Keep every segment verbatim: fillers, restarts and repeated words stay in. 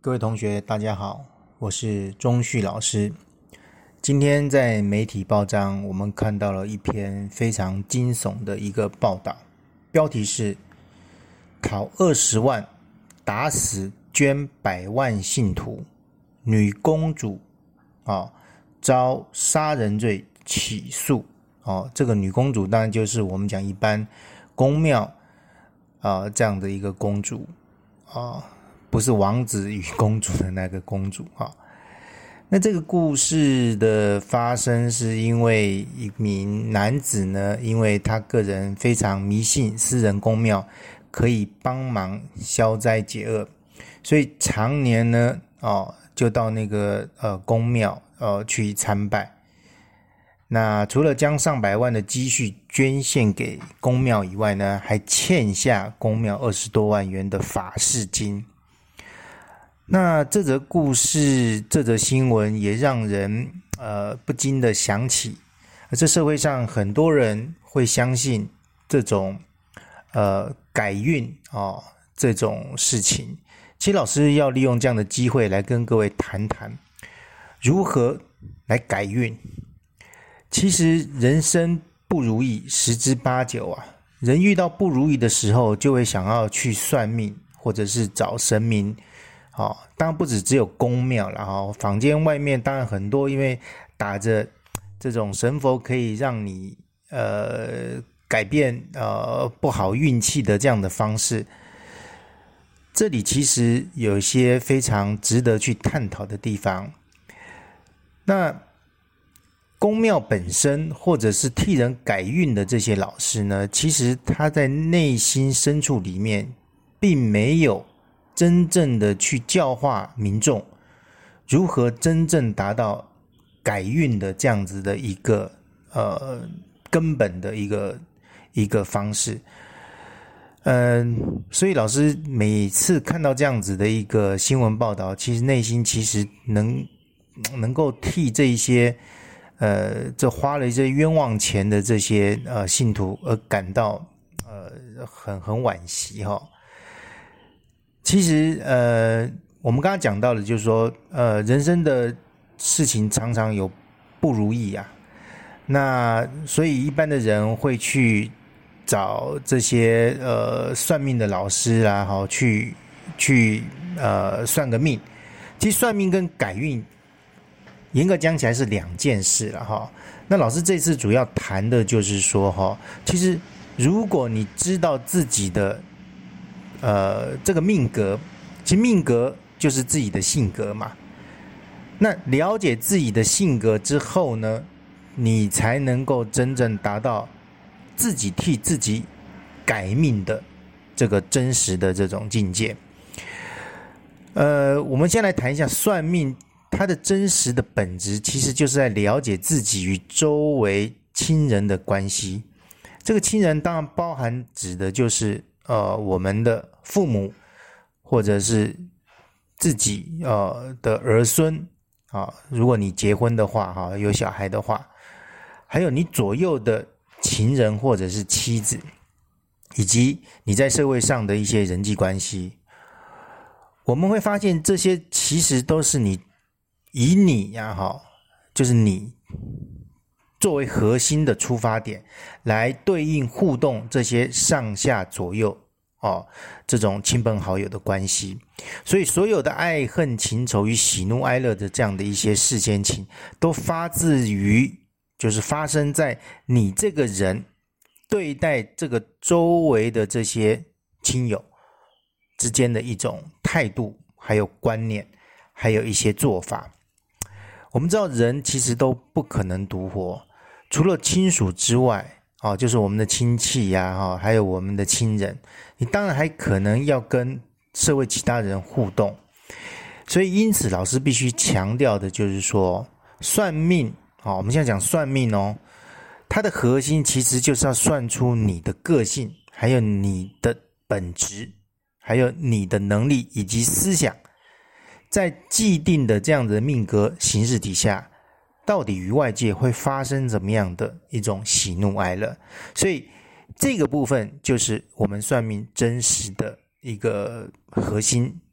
各位同学大家好，我是钟旭老师。今天在媒体报章我们看到了一篇非常惊悚的一个报道，标题是讨二十万打死捐百万信徒，女公主、哦、遭杀人罪起诉、哦、这个女公主当然就是我们讲一般宫庙、呃、这样的一个公主、哦不是王子与公主的那个公主哈。那这个故事的发生是因为一名男子呢，因为他个人非常迷信私人公庙可以帮忙消灾解厄，所以常年呢哦就到那个呃公庙呃去参拜。那除了将上百万的积蓄捐献给公庙以外呢，还欠下公庙二十多万元的法事金。那这则故事这则新闻也让人呃不禁的想起，这社会上很多人会相信这种呃改运哦这种事情。其实老师要利用这样的机会来跟各位谈谈如何来改运。其实人生不如意十之八九啊，人遇到不如意的时候就会想要去算命或者是找神明。哦，当然不止只有宫庙啦，哦，坊间外面当然很多，因为打着这种神佛可以让你呃改变呃不好运气的这样的方式，这里其实有一些非常值得去探讨的地方。那宫庙本身或者是替人改运的这些老师呢，其实他在内心深处里面并没有真正的去教化民众如何真正达到改运的这样子的一个呃根本的一个一个方式。嗯、呃，所以老师每次看到这样子的一个新闻报道，其实内心其实能能够替这一些呃这花了一些冤枉钱的这些呃信徒而感到呃很很惋惜哈、哦。其实呃我们刚刚讲到的就是说呃人生的事情常常有不如意啊，那所以一般的人会去找这些呃算命的老师啊，好去去呃算个命。其实算命跟改运严格讲起来是两件事了哈。那老师这次主要谈的就是说哈，其实如果你知道自己的呃，这个命格，其实命格就是自己的性格嘛。那了解自己的性格之后呢，你才能够真正达到自己替自己改命的这个真实的这种境界。呃，我们先来谈一下算命，它的真实的本质其实就是在了解自己与周围亲人的关系。这个亲人当然包含指的就是呃我们的父母或者是自己呃的儿孙啊，如果你结婚的话哈，有小孩的话，还有你左右的情人或者是妻子，以及你在社会上的一些人际关系。我们会发现这些其实都是你以你呀哈，就是你作为核心的出发点来对应互动这些上下左右哦，这种亲朋好友的关系。所以所有的爱恨情仇与喜怒哀乐的这样的一些世间情，都发自于就是发生在你这个人对待这个周围的这些亲友之间的一种态度，还有观念，还有一些做法。我们知道人其实都不可能独活，除了亲属之外哦，就是我们的亲戚呀、哦、还有我们的亲人，你当然还可能要跟社会其他人互动。所以因此老师必须强调的就是说，算命、哦、我们现在讲算命哦，它的核心其实就是要算出你的个性，还有你的本质，还有你的能力以及思想，在既定的这样的命格形式底下，到底与外界会发生怎么样的一种喜怒哀乐。所以这个部分就是我们算命真实的一个核心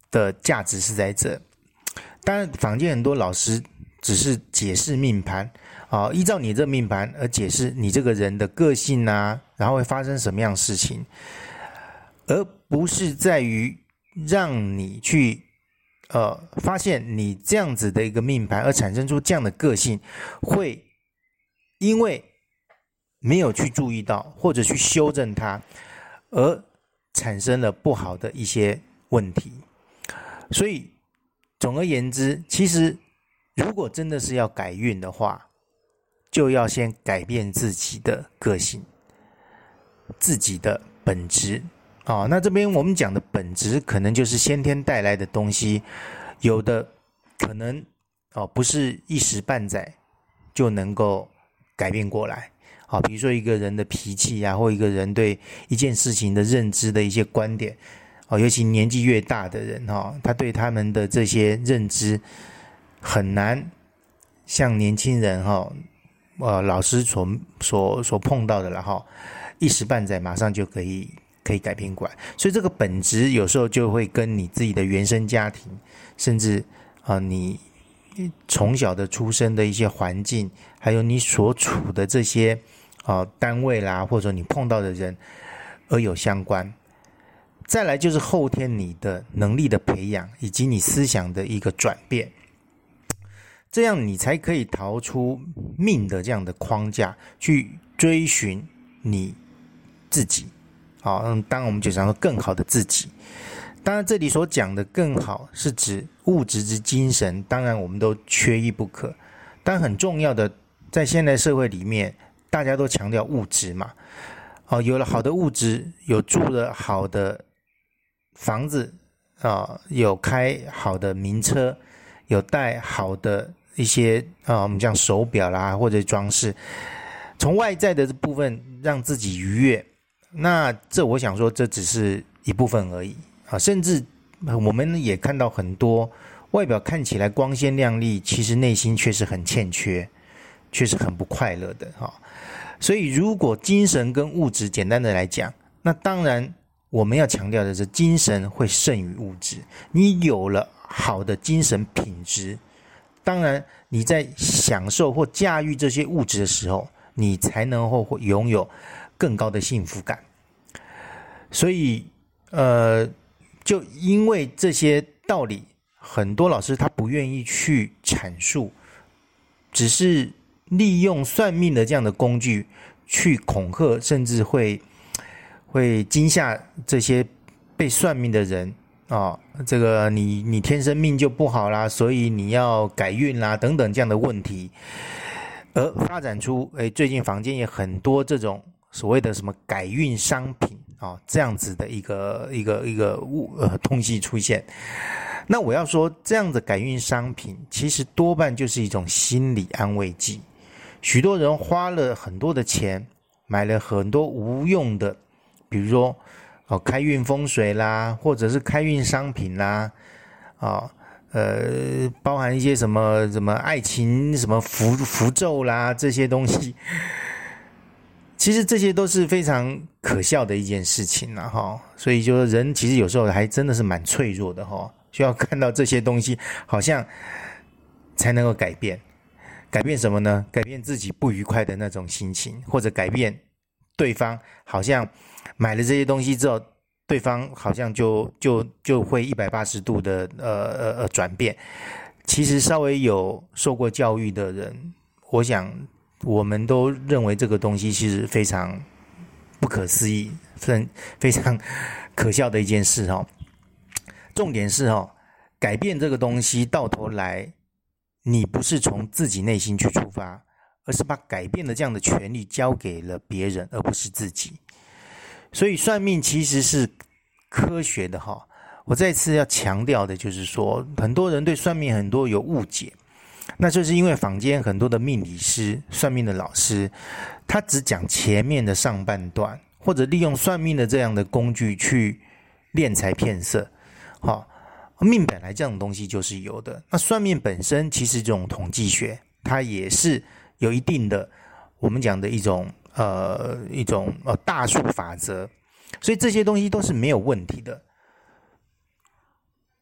的价值是在这。当然坊间很多老师只是解释命盘啊，依照你这命盘而解释你这个人的个性啊，然后会发生什么样的事情，而不是在于让你去呃发现你这样子的一个命盘而产生出这样的个性，会因为没有去注意到或者去修正它，而产生了不好的一些问题。所以总而言之，其实如果真的是要改运的话，就要先改变自己的个性，自己的本质。哦，那这边我们讲的本质可能就是先天带来的东西，有的可能哦不是一时半载就能够改变过来。好，比如说一个人的脾气啊，或一个人对一件事情的认知的一些观点，哦，尤其年纪越大的人哈，他对他们的这些认知很难像年轻人哈，呃，老师所所所碰到的了哈，一时半载马上就可以可以改变过来。所以这个本质有时候就会跟你自己的原生家庭，甚至啊、呃、你从小的出生的一些环境，还有你所处的这些啊、呃、单位啦，或者你碰到的人而有相关。再来就是后天你的能力的培养，以及你思想的一个转变，这样你才可以逃出命的这样的框架，去追寻你自己。好，当然我们就想说更好的自己。当然这里所讲的更好是指物质之精神，当然我们都缺一不可。但很重要的，在现代社会里面，大家都强调物质嘛。哦，有了好的物质，有住了好的房子啊，有开好的名车，有戴好的一些啊，我们讲手表啦或者装饰，从外在的这部分让自己愉悦。那这我想说，这只是一部分而已啊，甚至我们也看到很多外表看起来光鲜亮丽，其实内心却是很欠缺，却是很不快乐的哈。所以，如果精神跟物质简单的来讲，那当然我们要强调的是，精神会胜于物质。你有了好的精神品质，当然你在享受或驾驭这些物质的时候，你才能够拥有更高的幸福感。所以，呃，就因为这些道理，很多老师他不愿意去阐述，只是利用算命的这样的工具去恐吓，甚至会会惊吓这些被算命的人啊、哦，这个你你天生命就不好啦，所以你要改运啦等等这样的问题，而发展出诶最近坊间也很多这种所谓的什么改运商品啊、哦、这样子的一个一个一个物呃东西出现。那我要说，这样的改运商品其实多半就是一种心理安慰剂。许多人花了很多的钱，买了很多无用的，比如说哦开运风水啦，或者是开运商品啦，啊、哦、呃包含一些什么什么爱情什么符符咒啦这些东西。其实这些都是非常可笑的一件事情啦哈，所以就是人其实有时候还真的是蛮脆弱的哈，需要看到这些东西好像才能够改变。改变什么呢？改变自己不愉快的那种心情，或者改变对方好像买了这些东西之后，对方好像就就就会一百八十度的呃呃呃转变。其实稍微有受过教育的人，我想我们都认为这个东西其实非常不可思议，非非常可笑的一件事哦。重点是哦，改变这个东西到头来，你不是从自己内心去出发，而是把改变的这样的权利交给了别人，而不是自己。所以算命其实是科学的哈。我再次要强调的就是说，很多人对算命很多有误解，那就是因为坊间很多的命理师、算命的老师，他只讲前面的上半段，或者利用算命的这样的工具去敛财骗色。好，命本来这种东西就是有的，那算命本身其实这种统计学，它也是有一定的我们讲的一种呃一种呃大数法则，所以这些东西都是没有问题的。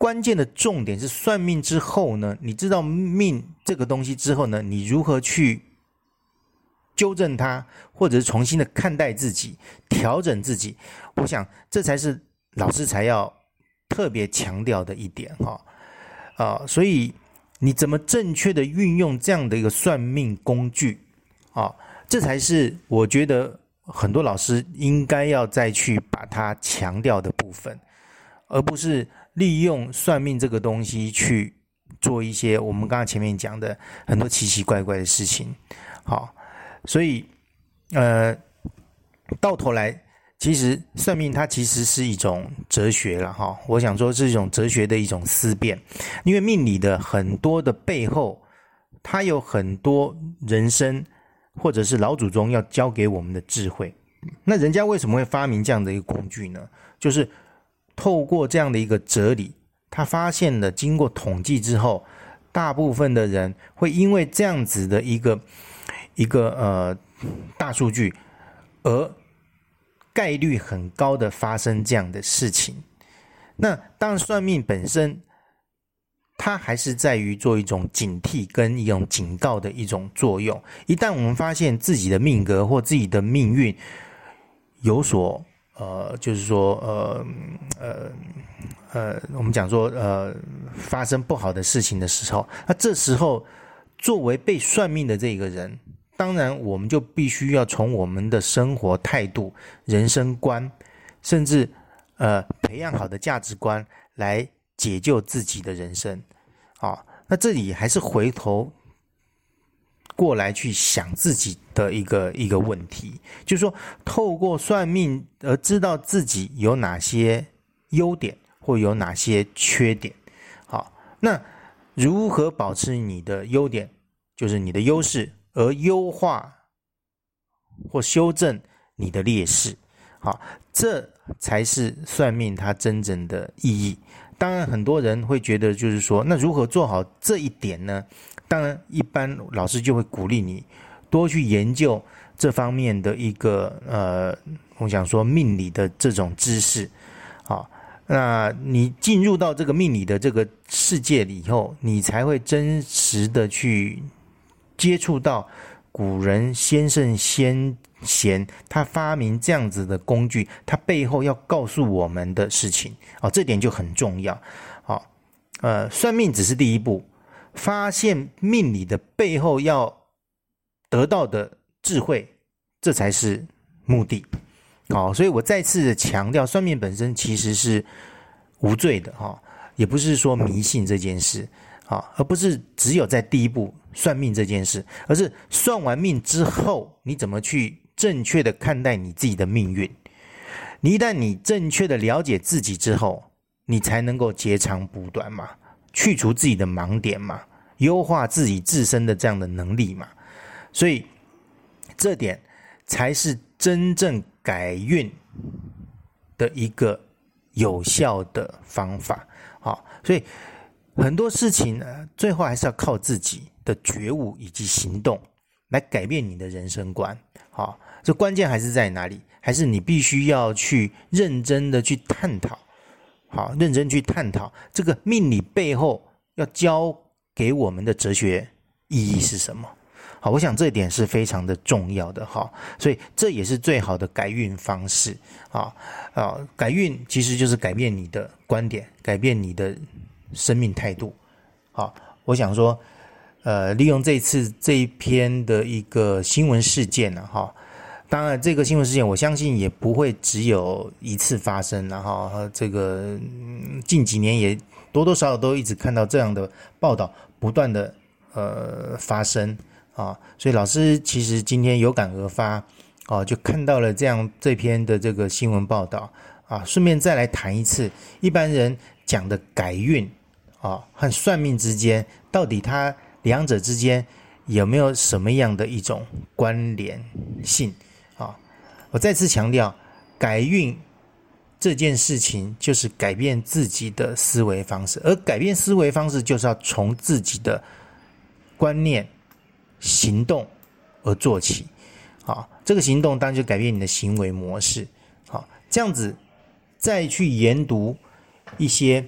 关键的重点是算命之后呢，你知道命这个东西之后呢，你如何去纠正它，或者是重新的看待自己，调整自己，我想这才是老师才要特别强调的一点哈。啊，所以你怎么正确的运用这样的一个算命工具啊，这才是我觉得很多老师应该要再去把它强调的部分，而不是利用算命这个东西去做一些我们刚刚前面讲的很多奇奇怪怪的事情。好，所以呃，到头来其实算命它其实是一种哲学啦齁，我想说是一种哲学的一种思辨，因为命理的很多的背后，它有很多人生或者是老祖宗要教给我们的智慧。那人家为什么会发明这样的一个工具呢？就是透过这样的一个哲理，他发现了经过统计之后，大部分的人会因为这样子的一个一个呃大数据而概率很高的发生这样的事情。那当然算命本身它还是在于做一种警惕跟一种警告的一种作用。一旦我们发现自己的命格或自己的命运有所呃就是说呃呃呃我们讲说呃发生不好的事情的时候，那这时候作为被算命的这个人，当然我们就必须要从我们的生活态度、人生观，甚至呃培养好的价值观来解救自己的人生。好，那这里还是回头过来去想自己的一个一个问题，就是说透过算命而知道自己有哪些优点或有哪些缺点。好，那如何保持你的优点，就是你的优势，而优化或修正你的劣势。好，这才是算命它真正的意义。当然很多人会觉得就是说，那如何做好这一点呢？当然一般老师就会鼓励你多去研究这方面的一个呃我想说命理的这种知识。好，那你进入到这个命理的这个世界里以后，你才会真实的去接触到古人先圣先贤他发明这样子的工具，他背后要告诉我们的事情。哦，这点就很重要。好，呃，算命只是第一步，发现命理的背后要得到的智慧，这才是目的。好，所以我再次的强调，算命本身其实是无罪的哈，也不是说迷信这件事。好，而不是只有在第一步算命这件事，而是算完命之后，你怎么去正确的看待你自己的命运。你一旦你正确的了解自己之后，你才能够截长补短嘛，去除自己的盲点嘛，优化自己自身的这样的能力嘛。所以这点才是真正改运的一个有效的方法。好，所以很多事情呢，最后还是要靠自己的觉悟以及行动来改变你的人生观。好，这关键还是在哪里？还是你必须要去认真的去探讨，好，认真去探讨这个命理背后要教给我们的哲学意义是什么。好，我想这一点是非常的重要的哈，所以这也是最好的改运方式啊啊！改运其实就是改变你的观点，改变你的生命态度。好，我想说，呃，利用这次这一篇的一个新闻事件呢，哈，当然这个新闻事件我相信也不会只有一次发生，然后这个、嗯、近几年也多多少少都一直看到这样的报道不断的呃发生啊，所以老师其实今天有感而发啊，就看到了这样这篇的这个新闻报道啊，顺便再来谈一次一般人讲的改运啊和算命之间，到底它两者之间有没有什么样的一种关联性啊？我再次强调，改运这件事情就是改变自己的思维方式，而改变思维方式就是要从自己的观念、行动而做起。好，这个行动当然就改变你的行为模式。好，这样子再去研读一些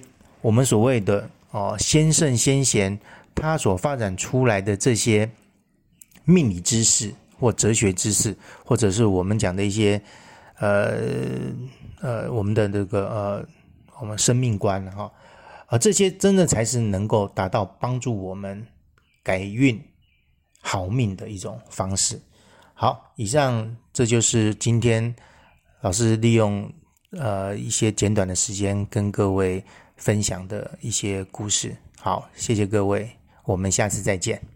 我们所谓的哦先圣先贤他所发展出来的这些命理知识或哲学知识，或者是我们讲的一些呃呃我们的这个呃我们生命观哈，而这些真的才是能够达到帮助我们改运好命的一种方式。好，以上这就是今天老师利用呃一些简短的时间跟各位分享的一些故事。好，谢谢各位，我们下次再见。